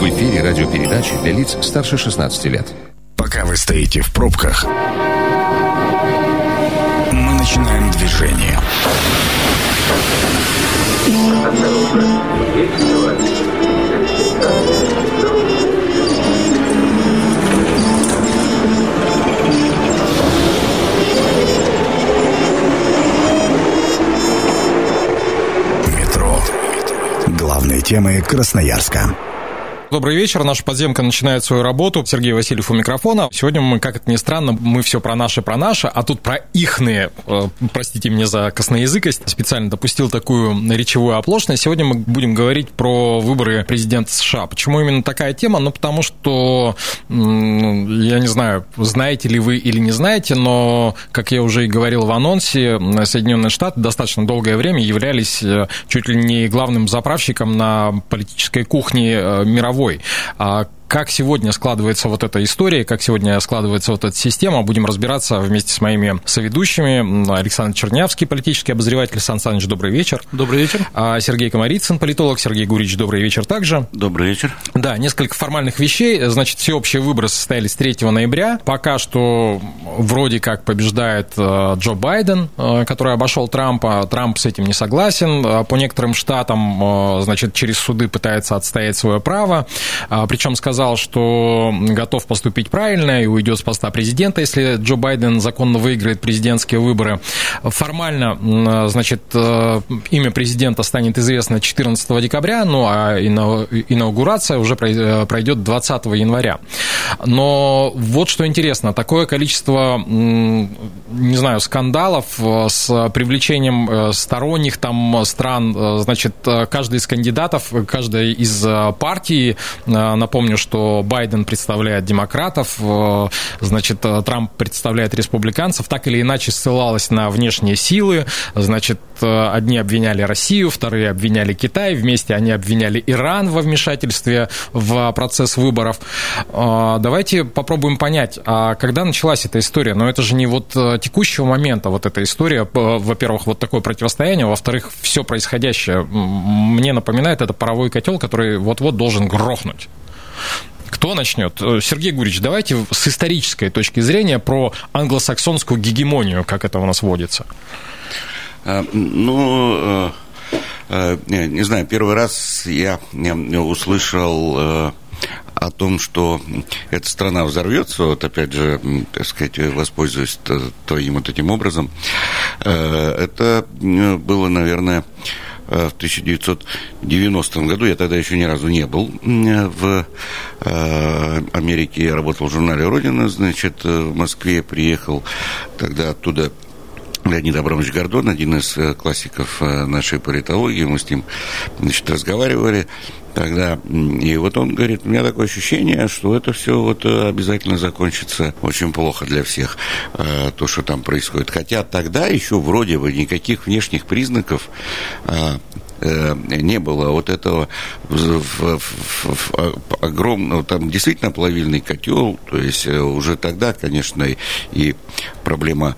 В эфире радиопередачи для лиц старше 16 лет. Пока вы стоите в пробках, мы начинаем движение. Метро. Главные темы Красноярска. Добрый вечер. Наша подземка начинает свою работу. Сергей Васильев у микрофона. Сегодня мы, как это ни странно, мы все про наше, а тут про ихные. Простите меня за косноязыкость. Специально допустил такую речевую оплошность. Сегодня мы будем говорить про выборы президента США. Почему именно такая тема? Ну, потому что, я не знаю, знаете ли вы или не знаете, но, как я уже и говорил в анонсе, Соединенные Штаты достаточно долгое время являлись чуть ли не главным заправщиком на политической кухне мировой. Как сегодня складывается вот эта история, как сегодня складывается вот эта система, будем разбираться вместе с моими соведущими. Александр Чернявский, политический обозреватель. Сан Саныч, добрый вечер. Добрый вечер. Сергей Комарицын, политолог. Сергей Гурич, добрый вечер также. Добрый вечер. Да, несколько формальных вещей. Значит, всеобщие выборы состоялись 3 ноября. Пока что вроде как побеждает Джо Байден, который обошел Трампа. Трамп с этим не согласен. По некоторым штатам, значит, через суды пытается отстоять свое право. Причем сказал, что готов поступить правильно и уйдет с поста президента, если Джо Байден законно выиграет президентские выборы. Формально, значит, имя президента станет известно 14 декабря, ну а инаугурация уже пройдет 20 января. Но вот что интересно, такое количество, не знаю, скандалов с привлечением сторонних там стран, значит, каждый из кандидатов, каждая из партий, напомню, что Байден представляет демократов, значит, Трамп представляет республиканцев, так или иначе ссылалась на внешние силы, значит, одни обвиняли Россию, вторые обвиняли Китай, вместе они обвиняли Иран во вмешательстве в процесс выборов. Давайте попробуем понять, а когда началась эта история? Но это же не вот текущего момента вот эта история, во-первых, вот такое противостояние, во-вторых, все происходящее мне напоминает, это паровой котел, который вот-вот должен грохнуть. Кто начнет? Сергей Гурич, давайте с исторической точки зрения про англосаксонскую гегемонию, как это у нас водится. Ну, не знаю, первый раз я услышал о том, что эта страна взорвется, вот опять же, так сказать, воспользуюсь твоим вот этим образом, это было, наверное, в 1990 году, я тогда еще ни разу не был в Америке, я работал в журнале «Родина», значит, в Москве приехал тогда оттуда Леонид Абрамович Гордон, один из классиков нашей политологии, мы с ним, значит, разговаривали тогда, и вот он говорит, у меня такое ощущение, что это все вот обязательно закончится очень плохо для всех, то, что там происходит. Хотя тогда еще вроде бы никаких внешних признаков не было вот этого огромного, там действительно плавильный котел, то есть уже тогда, конечно, и проблема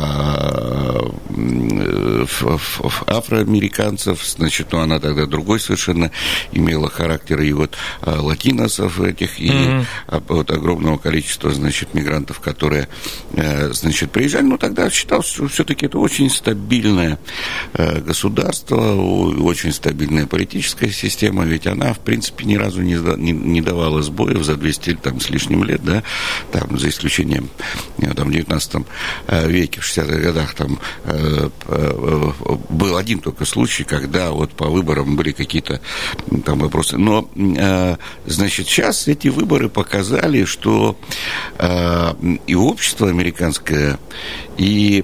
афроамериканцев, значит, ну, она тогда другой совершенно имела характер, и вот латиносов этих, и вот огромного количества, значит, мигрантов, которые, значит, приезжали, но тогда считалось, что все-таки это очень стабильное государство, очень стабильная политическая система, ведь она, в принципе, ни разу не давала сбоев за 200 там, с лишним лет, да, там, за исключением там, в 19 веке, в 60-х годах, там был один только случай, когда вот по выборам были какие-то там вопросы. Но, значит, сейчас эти выборы показали, что и общество американское, и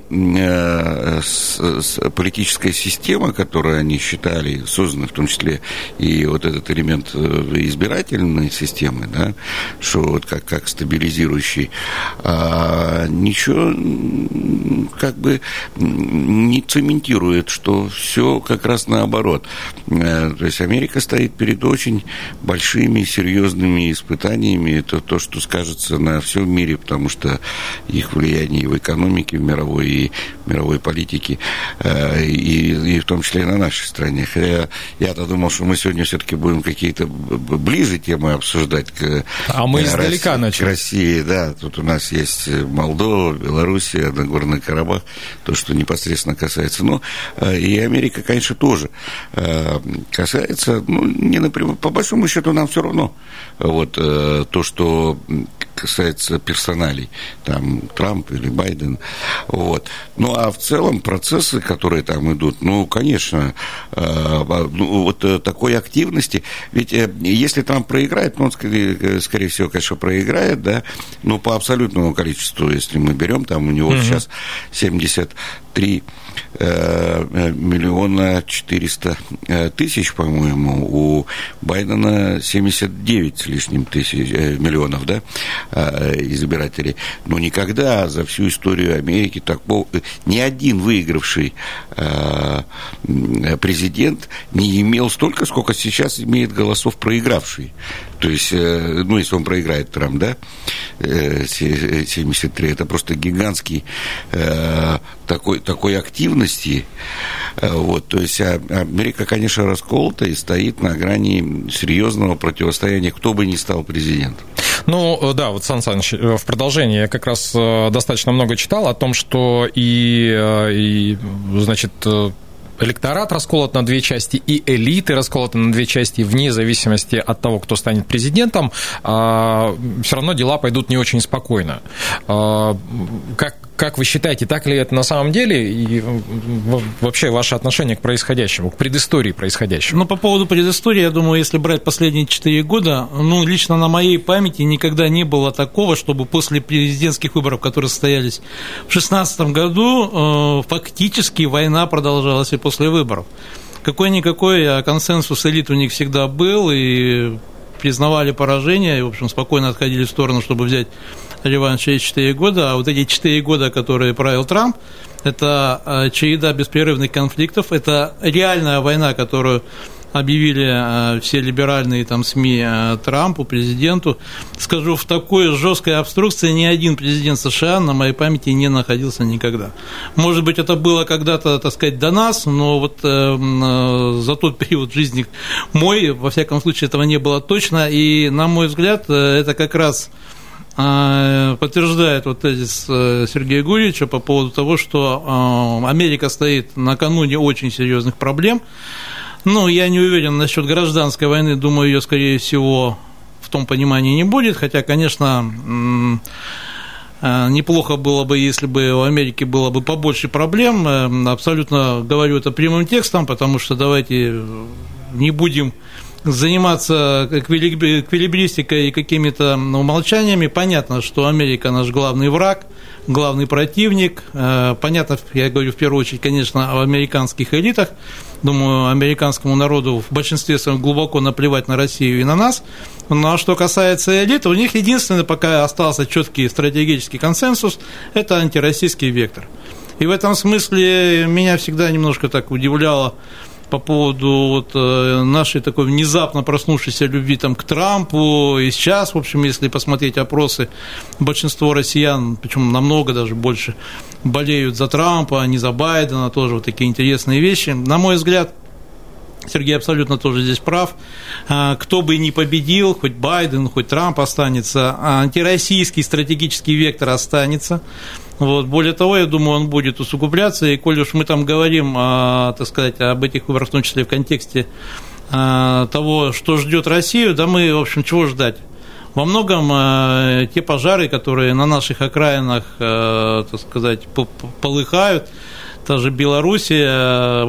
политическая система, которую они считали, созданы в том числе и вот этот элемент избирательной системы, да, что вот как стабилизирующий, ничего как бы не цементирует, что все как раз наоборот. То есть Америка стоит перед очень большими, серьезными испытаниями. Это то, что скажется на всем мире, потому что их влияние и в экономике, в мировой политике, и в том числе и на нашей стране. отношениях. Я-то думал, что мы сегодня все-таки будем какие-то ближе темы обсуждать к мы издалека начали. К России, да. Тут у нас есть Молдова, Белоруссия, Нагорный Карабах, то, что непосредственно касается. Но и Америка, конечно, тоже касается, не напрямую, по большому счету нам все равно. Вот то, что касается персоналей, там Трамп или Байден, вот. Ну, а в целом процессы, которые там идут, конечно, вот такой активности, ведь если Трамп проиграет, он, скорее всего, конечно, проиграет, да, но по абсолютному количеству, если мы берем, там у него сейчас 73 миллиона 400 тысяч, по-моему, у Байдена 79 с лишним миллионов, да, избирателей. Но никогда за всю историю Америки ни один выигравший президент не имел столько, сколько сейчас имеет голосов проигравший. То есть, если он проиграет, Трамп, да, 73, это просто гигантский такой активности. Вот, то есть Америка, конечно, расколота и стоит на грани серьезного противостояния, кто бы ни стал президентом. Да, вот, Сан Саныч, в продолжении я как раз достаточно много читал о том, что значит, электорат расколот на две части, и элиты расколоты на две части, вне зависимости от того, кто станет президентом, все равно дела пойдут не очень спокойно. Как вы считаете, так ли это на самом деле, и вообще ваше отношение к происходящему, к предыстории происходящего? По поводу предыстории, я думаю, если брать последние 4 года, лично на моей памяти никогда не было такого, чтобы после президентских выборов, которые состоялись в 2016 году, фактически война продолжалась и после выборов. Какой-никакой консенсус элит у них всегда был, и признавали поражение, и, в общем, спокойно отходили в сторону, чтобы взять реванш через 4 года, а вот эти 4 года, которые правил Трамп, это череда беспрерывных конфликтов, это реальная война, которую объявили все либеральные СМИ Трампу, президенту. Скажу, в такой жесткой обструкции ни один президент США на моей памяти не находился никогда. Может быть, это было когда-то, до нас, но вот за тот период жизни мой, во всяком случае, этого не было точно, и, на мой взгляд, это как раз подтверждает тезис Сергея Гурьевича по поводу того, что Америка стоит накануне очень серьезных проблем. Я не уверен насчет гражданской войны, думаю, ее, скорее всего, в том понимании не будет, хотя, конечно, неплохо было бы, если бы у Америки было бы побольше проблем, абсолютно говорю это прямым текстом, потому что давайте не будем заниматься эквилибристикой и какими-то умолчаниями. Понятно, что Америка наш главный враг, главный противник. Понятно, я говорю в первую очередь, конечно, о американских элитах. Думаю, американскому народу в большинстве своем глубоко наплевать на Россию и на нас. Но что касается элит, у них единственный пока остался четкий стратегический консенсус – это антироссийский вектор. И в этом смысле меня всегда немножко так удивляло по поводу нашей такой внезапно проснувшейся любви к Трампу. И сейчас, в общем, если посмотреть опросы, большинство россиян, причем намного даже больше, болеют за Трампа, а не за Байдена, тоже такие интересные вещи. На мой взгляд, Сергей абсолютно тоже здесь прав. Кто бы ни победил, хоть Байден, хоть Трамп останется, антироссийский стратегический вектор останется. Более того, я думаю, он будет усугубляться, и коль уж мы говорим, об этих выборах, в том числе в контексте того, что ждет Россию, да мы, в общем, чего ждать? Во многом те пожары, которые на наших окраинах, полыхают, та же Белоруссия,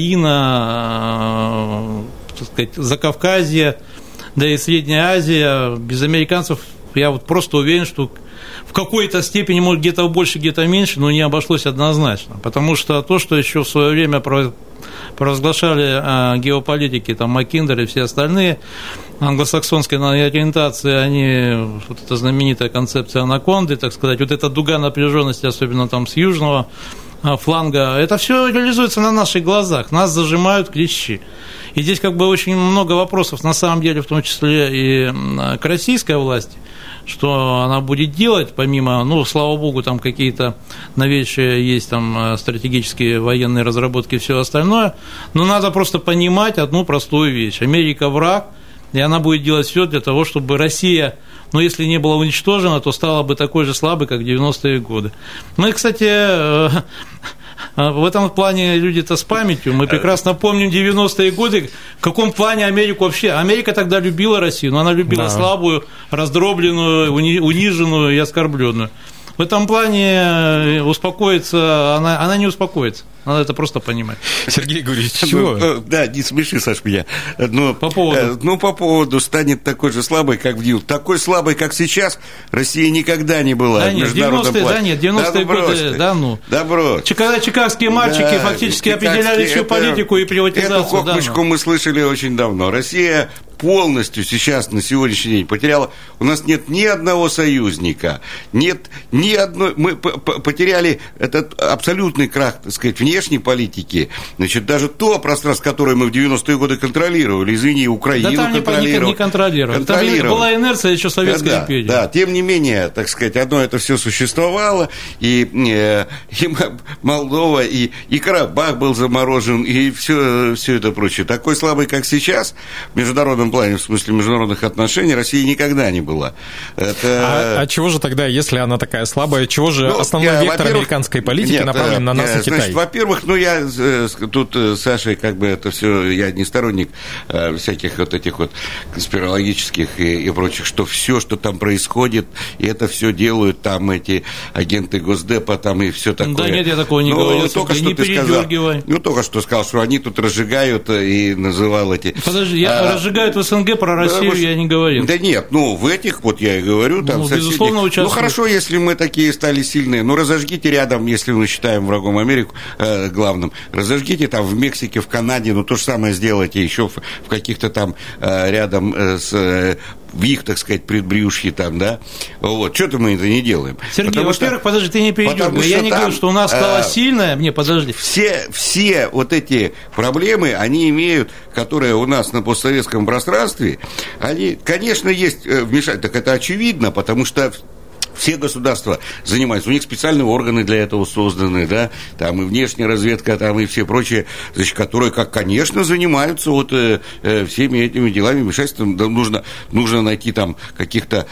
Украина, Закавказье, да и Средняя Азия, без американцев, я просто уверен, что в какой-то степени, может, где-то больше, где-то меньше, но не обошлось однозначно. Потому что то, что еще в свое время провозглашали геополитики, Маккиндер и все остальные, англосаксонской ориентации, они, эта знаменитая концепция анаконды, эта дуга напряженности, особенно с южного фланга, это все реализуется на наших глазах, нас зажимают клещи. И здесь очень много вопросов, на самом деле, в том числе и к российской власти. что она будет делать, помимо, ну, слава богу, там какие-то новейшие есть там стратегические военные разработки и все остальное, но надо просто понимать одну простую вещь. Америка враг, и она будет делать все для того, чтобы Россия, ну, если не была уничтожена, то стала бы такой же слабой, как в 90-е годы. Мы, кстати, в этом плане люди-то с памятью. Мы прекрасно помним 90-е годы, в каком плане Америку вообще... Америка тогда любила Россию, но она любила слабую, раздробленную, униженную и оскорбленную. В этом плане успокоиться, она не успокоится. Надо это просто понимать. Сергей Гурьевич, чего? Да, не смеши, Саш, меня. Но, по поводу станет такой же слабой, как в Дил. Такой слабой, как сейчас, Россия никогда не была. Да нет, 90-е годы, да ну. Да брось. Когда чикагские мальчики фактически определяли всю политику и приватизацию. Эту хохмочку мы слышали очень давно. Россия полностью сейчас, на сегодняшний день, потеряла... У нас нет ни одного союзника, нет ни одной... Мы потеряли этот абсолютный крах, так сказать, внешней политики. Значит, даже то пространство, которое мы в 90-е годы контролировали, извини, Украину контролировали. Не контролировали. Там была инерция еще Советской империи. Да, тем не менее, так сказать, одно это все существовало, и Молдова, и Карабах был заморожен, и все это прочее. Такой слабый, как сейчас, в международном плане, в смысле международных отношений, Россия никогда не была. А чего же тогда, если она такая слабая, чего же основной вектор американской политики направлен на нас и Китай? Значит, во-первых, я тут с Сашей как бы это все, я не сторонник всяких вот этих вот конспирологических и прочих, что все, что там происходит, и это все делают там эти агенты Госдепа там и все такое. Да нет, я такого не говорил. Только что ты сказал, только что сказал, что они тут разжигают и называл эти... Подожди, разжигают в СНГ, про Россию я не говорил. Да нет, в этих вот я и говорю, там безусловно, участвуют. Хорошо, если мы такие стали сильные, разожгите рядом, если мы считаем врагом Америку главным, разожгите там в Мексике, в Канаде, то же самое сделайте еще в каких-то там рядом в их, так сказать, предбрюшье там, да, вот, что-то мы это не делаем. Сергей, во-первых, подожди, ты не передёргивай, я не говорю, что у нас стала сильная, подожди. Все вот эти проблемы, они имеют, которые у нас на постсоветском пространстве, они, конечно, есть вмешательство, так это очевидно, потому что все государства занимаются, у них специальные органы для этого созданы, да, там и внешняя разведка, там и все прочие, значит, которые, конечно, занимаются вот всеми этими делами, вмешательством, да, нужно найти там какие-то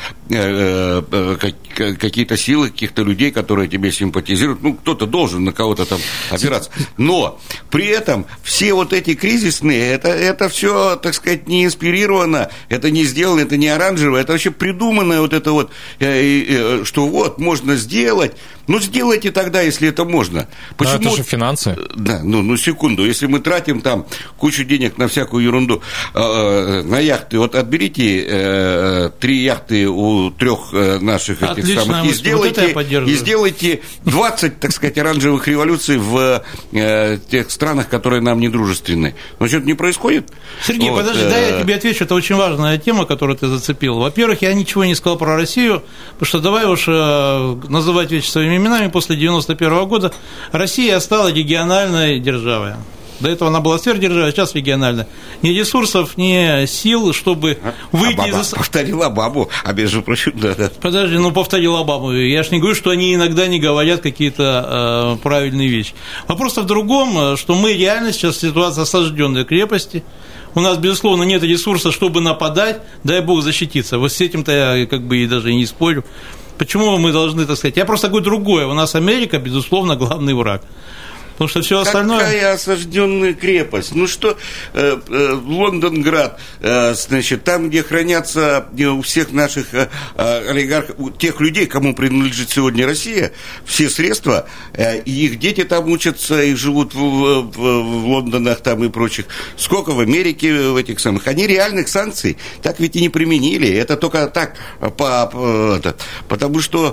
силы, каких-то людей, которые тебе симпатизируют, кто-то должен на кого-то там опираться, но при этом все вот эти кризисные, это все, так сказать, не инспирировано, это не сделано, это не оранжевое, это вообще придуманное вот это вот, что вот, можно сделать. Сделайте тогда, если это можно. Почему? Это же финансы. Да, секунду. Если мы тратим там кучу денег на всякую ерунду, на яхты, вот отберите 3 яхты у 3 наших этих самых и сделайте 20, так сказать, оранжевых революций в тех странах, которые нам недружественны. Что-то не происходит? Сергей, подожди, дай я тебе отвечу. Это очень важная тема, которую ты зацепил. Во-первых, я ничего не сказал про Россию, потому что давай уж называть вещи своими именами. После 91 года Россия стала региональной державой. До этого она была сверхдержавой, а сейчас региональная. Ни ресурсов, ни сил, чтобы выйти из... Повторила Обаму, между прочим, да. Подожди, повторила Обаму. Я ж не говорю, что они иногда не говорят какие-то правильные вещи. Вопрос в другом, что мы реально сейчас в ситуации осажденной крепости. У нас, безусловно, нет ресурсов, чтобы нападать, дай бог защититься. Вот с этим-то я и даже не спорю. Почему мы должны, так сказать... Я просто говорю другое. У нас Америка, безусловно, главный враг. Потому что все остальное... Какая осажденная крепость? Лондонград, значит, там, где хранятся у всех наших олигархов, у тех людей, кому принадлежит сегодня Россия, все средства, и их дети там учатся, и живут в Лондонах там и прочих. Сколько в Америке в этих самых? Они реальных санкций так ведь и не применили. Это только так, потому что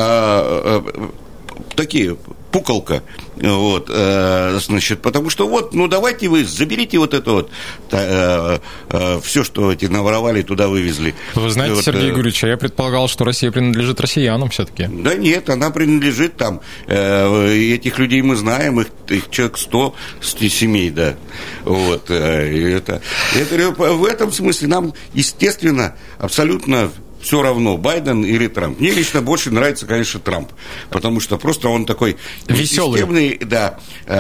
такие... пуколка, значит, потому что давайте вы заберите вот это все, что эти наворовали, туда вывезли. Вы знаете, Сергей Гурьевич, я предполагал, что Россия принадлежит россиянам все-таки. Да нет, она принадлежит там, этих людей мы знаем, их человек 100 семей, да, в этом смысле нам, естественно, абсолютно все равно, Байден или Трамп. Мне лично больше нравится, конечно, Трамп, потому что просто он такой веселый, да,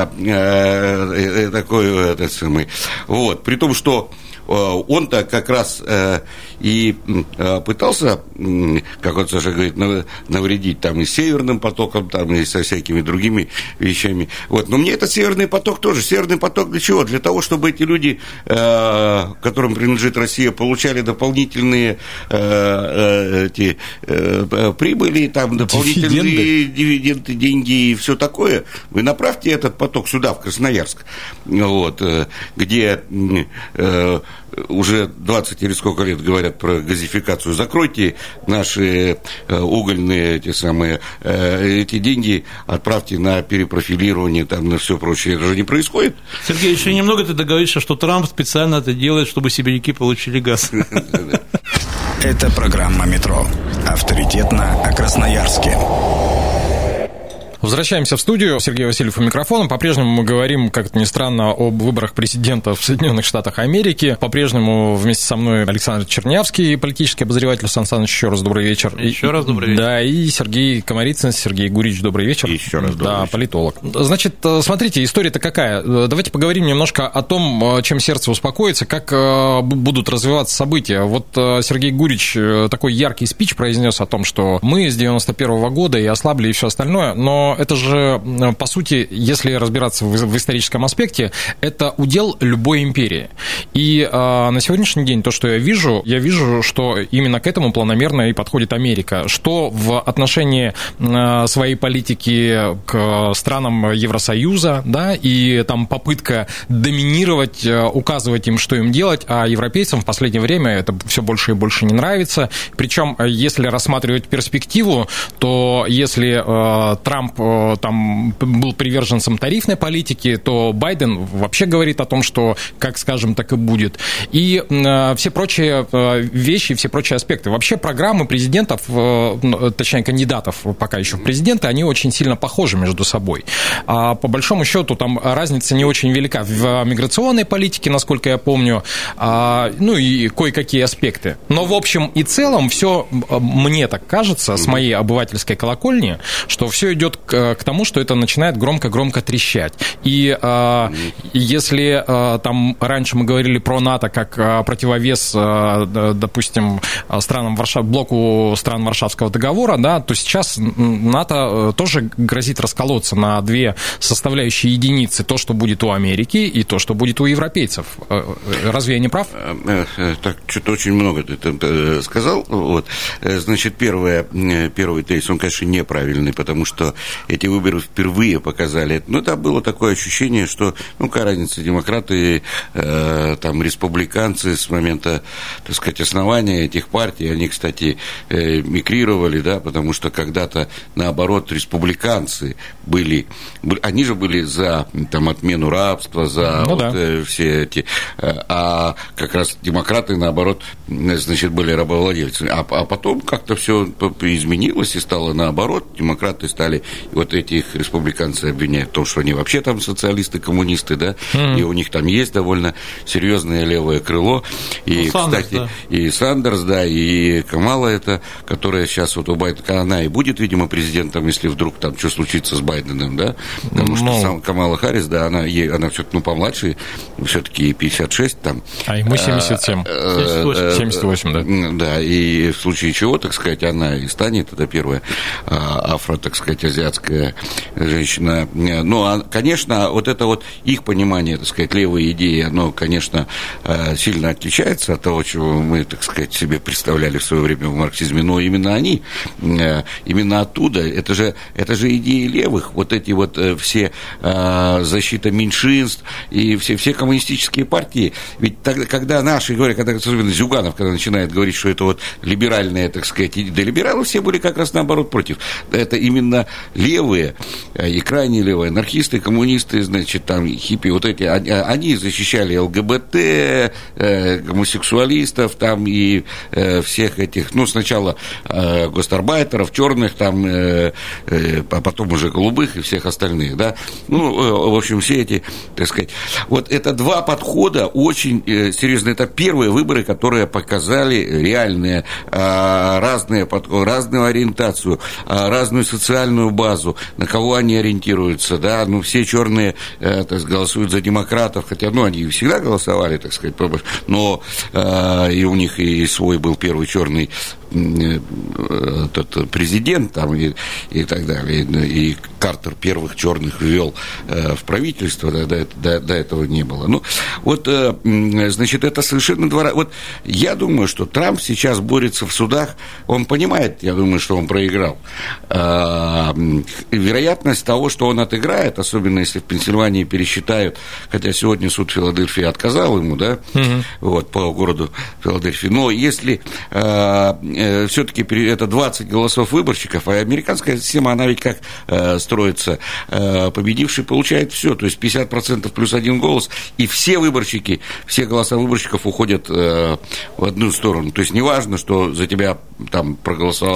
такой, этот самый, вот, при том, что он-то как раз и пытался, как он Саша говорит, навредить там и Северным потоком, там и со всякими другими вещами. Вот. Но мне этот Северный поток тоже. Северный поток для чего? Для того, чтобы эти люди, которым принадлежит Россия, получали дополнительные эти прибыли, там, дополнительные дивиденды, деньги и все такое. Вы направьте этот поток сюда, в Красноярск, вот, где уже 20 или сколько лет говорят про газификацию. Закройте наши угольные эти деньги, отправьте на перепрофилирование, там, на все прочее. Это же не происходит. Сергей, еще немного ты договоришься, что Трамп специально это делает, чтобы сибиряки получили газ. Это программа «Метро». Авторитетно о Красноярске. Возвращаемся в студию. Сергей Васильев у микрофона. По-прежнему мы говорим, как-то ни странно, об выборах президента в Соединенных Штатах Америки. По-прежнему вместе со мной Александр Чернявский, политический обозреватель. Сан Саныч, еще раз добрый вечер. Еще раз добрый вечер. Да, и Сергей Комарицын, Сергей Гурич, добрый вечер. Еще раз добрый вечер. Политолог. Значит, смотрите, история-то какая. Давайте поговорим немножко о том, чем сердце успокоится, как будут развиваться события. Вот Сергей Гурич такой яркий спич произнес о том, что мы с 91-го года и ослабли, и все остальное, но это же, по сути, если разбираться в историческом аспекте, это удел любой империи. И на сегодняшний день то, что я вижу, что именно к этому планомерно и подходит Америка. Что в отношении своей политики к странам Евросоюза, да, и там попытка доминировать, указывать им, что им делать, а европейцам в последнее время это все больше и больше не нравится. Причем, если рассматривать перспективу, то если Трамп там был приверженцем тарифной политики, то Байден вообще говорит о том, что как скажем, так и будет. И все прочие вещи, все прочие аспекты. Вообще программы президентов, точнее кандидатов пока еще в президенты, они очень сильно похожи между собой. А по большому счету там разница не очень велика в миграционной политике, насколько я помню, ну и кое-какие аспекты. Но в общем и целом все, мне так кажется, с моей обывательской колокольни, что все идет к тому, что это начинает громко-громко трещать. И если там раньше мы говорили про НАТО как противовес, допустим, блоку стран Варшавского договора, да, то сейчас НАТО тоже грозит расколоться на две составляющие единицы. То, что будет у Америки, и то, что будет у европейцев. Разве я не прав? Так, что-то очень много ты там сказал. Вот. Значит, первый тезис, он, конечно, неправильный, потому что эти выборы впервые показали. Ну, там было такое ощущение, что, какая разница, демократы, там, республиканцы с момента, так сказать, основания этих партий, они, кстати, мигрировали, да, потому что когда-то, наоборот, республиканцы они же были за, там, отмену рабства, за все эти, а как раз демократы, наоборот, значит, были рабовладельцами. А потом как-то все изменилось и стало наоборот, демократы стали вот этих республиканцев обвиняют в том, что они вообще там социалисты, коммунисты, да, и у них там есть довольно серьезное левое крыло. И, Сандерс, кстати, и Сандерс, да, и Камала это, которая сейчас вот у Байдена, она и будет, видимо, президентом, если вдруг там что случится с Байденом, да, потому что сам Камала Харрис, да, она все-таки, помладше, все-таки 56 там. А ему 77. 78, да. Да, и в случае чего, так сказать, она и станет, это первая афро, так сказать, азиатская женщина. Ну, конечно, вот это вот их понимание, так сказать, левой идеи, оно, конечно, сильно отличается от того, чего мы, так сказать, себе представляли в свое время в марксизме, но именно они, именно оттуда, это же идеи левых, вот эти вот все защита меньшинств и все коммунистические партии, ведь тогда, когда наши говорят, особенно Зюганов, когда начинает говорить, что это вот либеральные, так сказать, да либералы все были как раз наоборот против, это именно левые и крайне левые, анархисты, коммунисты, значит, там, хиппи, вот эти, они защищали ЛГБТ, гомосексуалистов, там, и всех этих, ну, сначала гастарбайтеров, черных, там, а потом уже голубых и всех остальных, да, ну, в общем, все эти, так сказать, вот это два подхода очень серьезные, это первые выборы, которые показали реальные, разную ориентацию, разную социальную базу, на кого они ориентируются, да, ну, все черные, так сказать, голосуют за демократов, хотя, ну, они всегда голосовали, так сказать, но и у них и свой был первый черный тот президент там и так далее, и Картер первых черных ввел в правительство, до этого не было. Ну, вот, значит, это совершенно два. Вот я думаю, что Трамп сейчас борется в судах, он понимает, я думаю, что он проиграл. Вероятность того, что он отыграет, особенно если в Пенсильвании пересчитают, хотя сегодня суд Филадельфии отказал ему, да, вот, по городу Филадельфии, но если все-таки это 20 голосов выборщиков, а американская система, она ведь как строится, победивший получает все, то есть 50% плюс один голос, и все выборщики, все голоса выборщиков уходят в одну сторону, то есть неважно, что за тебя там проголосовало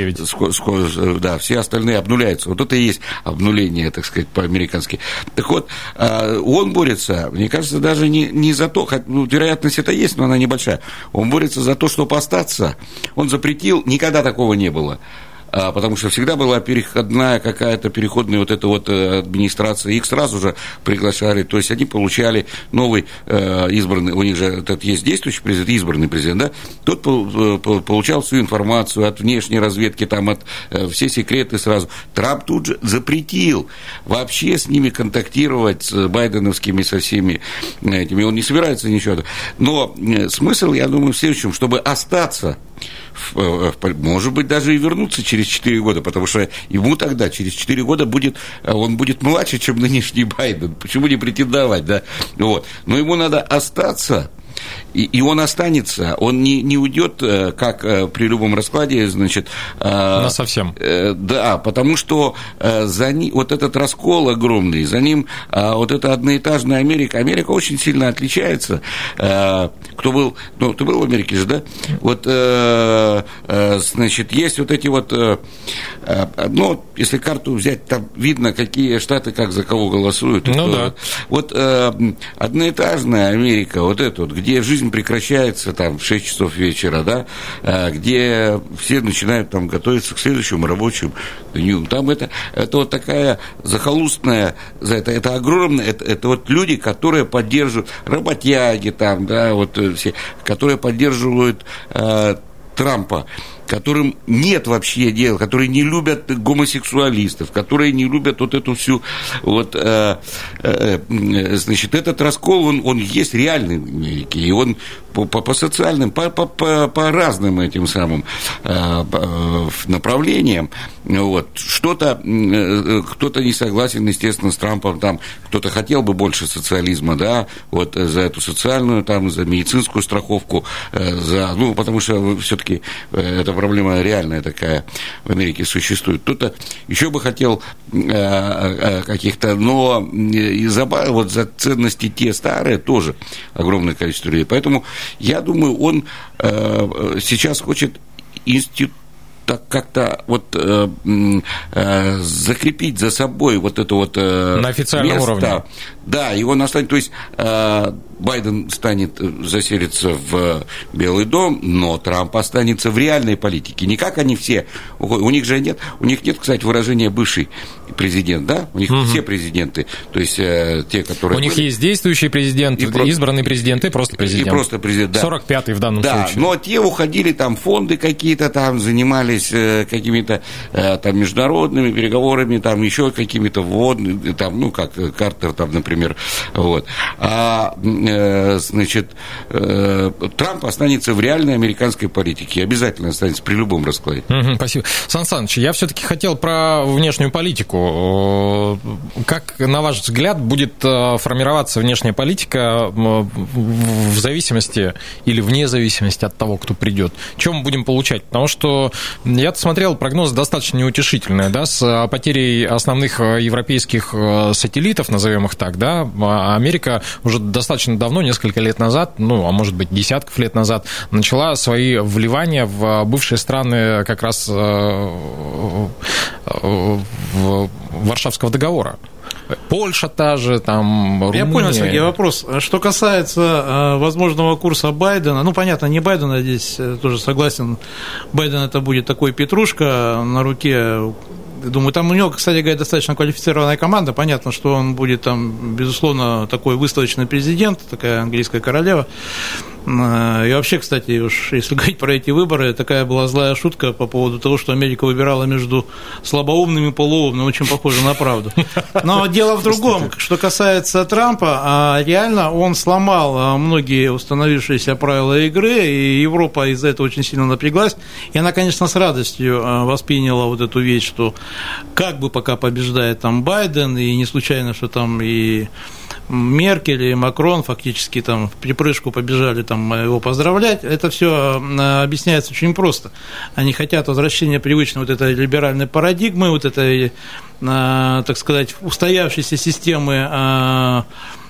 49, да, все остальные обнуляются, вот это и есть обнуление, так сказать, по-американски. Так вот, он борется, мне кажется, даже не за то, ну, вероятность это есть, но она небольшая, он борется за то, чтобы остаться, он запретил, никогда такого не было, потому что всегда была переходная какая-то, переходная вот эта вот администрация, их сразу же приглашали, то есть они получали новый избранный, у них же этот есть действующий президент, избранный президент, да, тот получал всю информацию от внешней разведки, там, от все секреты сразу. Трамп тут же запретил вообще с ними контактировать, с байденовскими, со всеми этими, он не собирается ничего, но смысл, я думаю, в следующем, чтобы остаться, может быть, даже и вернуться через 4 года, потому что ему тогда, через 4 года, он будет младше, чем нынешний Байден. Почему не претендовать, да? Вот. Но ему надо остаться, и он останется, он не уйдет, как при любом раскладе, значит... Насовсем. Да, потому что за ним, вот этот раскол огромный, за ним вот эта одноэтажная Америка, Америка очень сильно отличается. Кто был, ну, ты был в Америке же, да? Вот, значит, есть вот эти вот, ну, если карту взять, там видно, какие штаты, как за кого голосуют. Ну, да. Вот одноэтажная Америка, вот эта вот, где жизнь прекращается там в 6 часов вечера, да, где все начинают там готовиться к следующему рабочему дню. Там это вот такая захолустная, это огромное, это вот люди, которые поддерживают, работяги там, да, вот все, которые поддерживают Трампа, которым нет вообще дела, которые не любят гомосексуалистов, которые не любят вот эту всю, вот, значит, этот раскол, он есть реальный в Америке, и он по социальным, по разным этим самым направлениям, вот, кто-то не согласен, естественно, с Трампом, там, кто-то хотел бы больше социализма, да, вот, за эту социальную, там, за медицинскую страховку, ну, потому что все-таки это проблема реальная такая в Америке существует. Кто-то еще бы хотел каких-то, но вот за ценности те старые тоже огромное количество людей. Поэтому я думаю, он сейчас хочет так как-то вот закрепить за собой вот это вот на официальном место. уровне. Да, его настанет, то есть Байден заселится в Белый дом, но Трамп останется в реальной политике. Не как они все, у них нет, кстати, выражения бывший президент, да, у них все президенты, то есть те, которые... У них есть действующий президент, избранный президент и просто президент. И просто президент, да. 45-й в данном случае. Да, но те уходили, там, фонды какие-то там, занимались какими-то там международными переговорами, там, еще какими-то вводными, там, ну, как Картер, там, например, вот. Значит, Трамп останется в реальной американской политике, обязательно останется при любом раскладе. Спасибо. Сан Саныч, я все-таки хотел про внешнюю политику. Как, на ваш взгляд, будет формироваться внешняя политика в зависимости или вне зависимости от того, кто придет? Чем мы будем получать? Потому что Я смотрел, прогнозы достаточно неутешительные, да, с потерей основных европейских сателлитов, назовем их так, да. Америка уже достаточно давно, несколько лет назад, ну, а может быть, десятков лет назад, начала свои вливания в бывшие страны как раз Варшавского договора. Польша та же, там, Румыния. Я понял, Сергей, вопрос. Что касается возможного курса Байдена, ну, понятно, не Байдена, здесь тоже согласен, Байден это будет такой петрушка на руке. Думаю, там у него, кстати говоря, достаточно квалифицированная команда. Понятно, что он будет там, безусловно, такой выставочный президент, такая английская королева. И вообще, кстати, уж если говорить про эти выборы, такая была злая шутка по поводу того, что Америка выбирала между слабоумными и полуумными, очень похоже на правду. Но дело в другом, что касается Трампа, реально он сломал многие установившиеся правила игры, и Европа из-за этого очень сильно напряглась, и она, конечно, с радостью восприняла вот эту вещь, что как бы пока побеждает там Байден, и не случайно, что там и Меркель и Макрон фактически там в припрыжку побежали там его поздравлять. Это все объясняется очень просто. Они хотят возвращения привычной вот этой либеральной парадигмы, вот этой, так сказать, устоявшейся системы,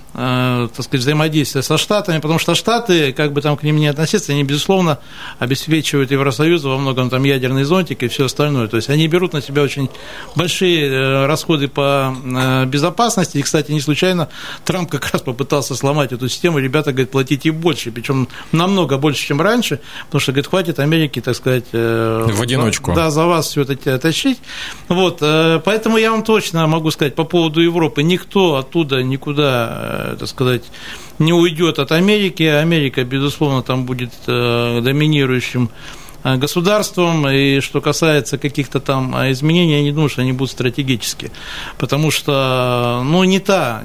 так сказать, взаимодействия со Штатами, потому что Штаты, как бы там к ним ни относиться, они, безусловно, обеспечивают Евросоюзу во многом там ядерный зонтик и все остальное. То есть они берут на себя очень большие расходы по безопасности. И, кстати, не случайно Трамп как раз попытался сломать эту систему. Ребята, говорят, платите больше, причем намного больше, чем раньше, потому что, говорит, хватит Америке, так сказать, в одиночку. Да, за вас все это тащить. Вот, поэтому я вам точно могу сказать по поводу Европы, никто оттуда никуда, так сказать, не уйдет от Америки. Америка, безусловно, там будет доминирующим государством, и что касается каких-то там изменений, я не думаю, что они будут стратегические, потому что, ну, не та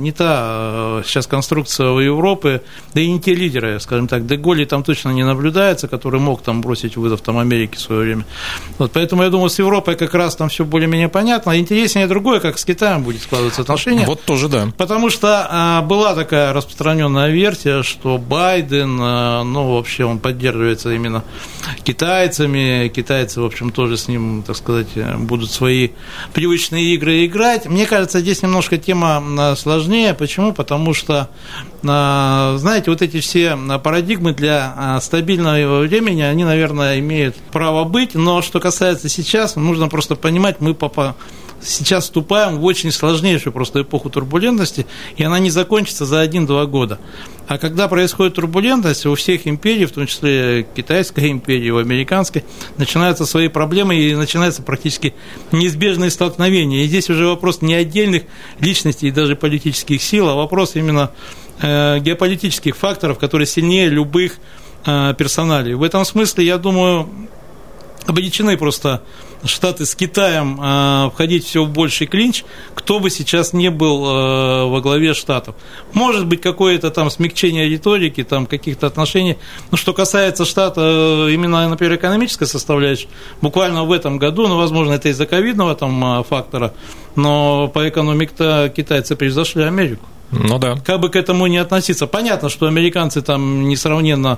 сейчас конструкция у Европы, да и не те лидеры, скажем так, де Голли там точно не наблюдается, который мог там бросить вызов там Америке в свое время. Вот, поэтому я думаю, с Европой как раз там все более-менее понятно. Интереснее другое, как с Китаем будет складываться отношения. Вот тоже, да. Потому что была такая распространенная версия, что Байден, ну, вообще он поддерживается именно китайцами, в общем, тоже с ним, так сказать, будут свои привычные игры играть. Мне кажется, здесь немножко тема сложнее. Почему? Потому что, знаете, вот эти все парадигмы для стабильного времени, они, наверное, имеют право быть, но что касается сейчас, нужно просто понимать, мы сейчас вступаем в очень сложнейшую просто эпоху турбулентности, и она не закончится за 1-2 года. А когда происходит турбулентность, у всех империй, в том числе Китайской империи, у американской, начинаются свои проблемы и начинаются практически неизбежные столкновения. И здесь уже вопрос не отдельных личностей и даже политических сил, а вопрос именно геополитических факторов, которые сильнее любых персоналей. В этом смысле, я думаю, обречены просто Штаты с Китаем входить все в больший клинч, кто бы сейчас не был во главе Штатов. Может быть, какое-то там смягчение риторики, там каких-то отношений. Но что касается Штата, именно, например, экономической составляющей, буквально в этом году, ну, возможно, это из-за ковидного там фактора, но по экономике-то китайцы превзошли Америку. Ну да. Как бы к этому не относиться. Понятно, что американцы там несравненно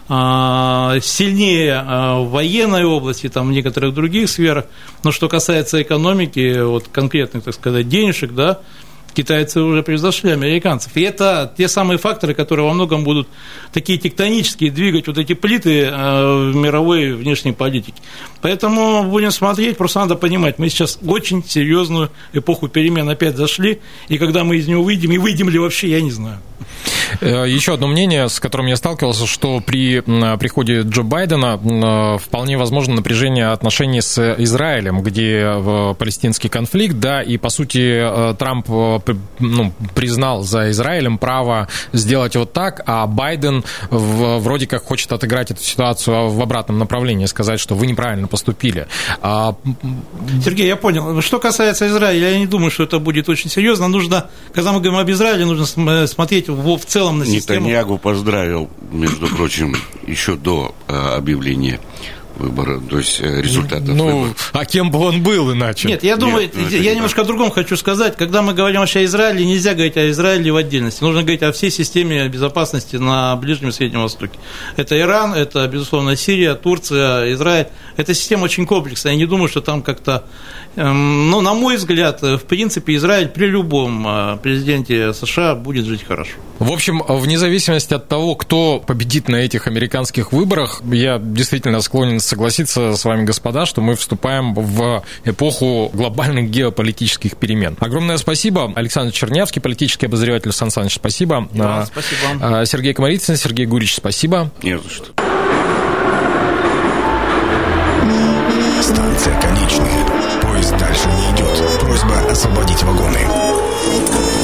сильнее в военной области, там, в некоторых других сферах, но что касается экономики, вот конкретных, так сказать, денежек, да, китайцы уже превзошли американцев. И это те самые факторы, которые во многом будут такие тектонические, двигать вот эти плиты в мировой внешней политике. Поэтому будем смотреть, просто надо понимать, мы сейчас очень серьезную эпоху перемен опять зашли, и когда мы из него выйдем, и выйдем ли вообще, я не знаю. Еще одно мнение, с которым я сталкивался, что при приходе Джо Байдена вполне возможно напряжение отношений с Израилем, где палестинский конфликт, да, и, по сути, Трамп признал за Израилем право сделать вот так, а Байден вроде как хочет отыграть эту ситуацию в обратном направлении, сказать, что вы неправильно поступили. Сергей, я понял. Что касается Израиля, я не думаю, что это будет очень серьезно. Нужно, когда мы говорим об Израиле, нужно смотреть в целом на систему. Нетаньягу поздравил, между прочим, еще до объявления выбора, то есть результатов выборов. А кем бы он был иначе? Нет, я думаю, я немножко о другом хочу сказать. Когда мы говорим вообще о Израиле, нельзя говорить о Израиле в отдельности. Нужно говорить о всей системе безопасности на Ближнем и Среднем Востоке. Это Иран, это, безусловно, Сирия, Турция, Израиль. Эта система очень комплексная. Я не думаю, что там как-то... Ну, на мой взгляд, в принципе, Израиль при любом президенте США будет жить хорошо. В общем, вне зависимости от того, кто победит на этих американских выборах, я действительно склонен согласиться с вами, господа, что мы вступаем в эпоху глобальных геополитических перемен. Огромное спасибо. Александр Чернявский, политический обозреватель. Сан Саныч, спасибо. Да, спасибо. Сергей Комарицын, Сергей Гурич, спасибо. Не за что. Станция конечная. Поезд дальше не идет. Просьба освободить вагоны.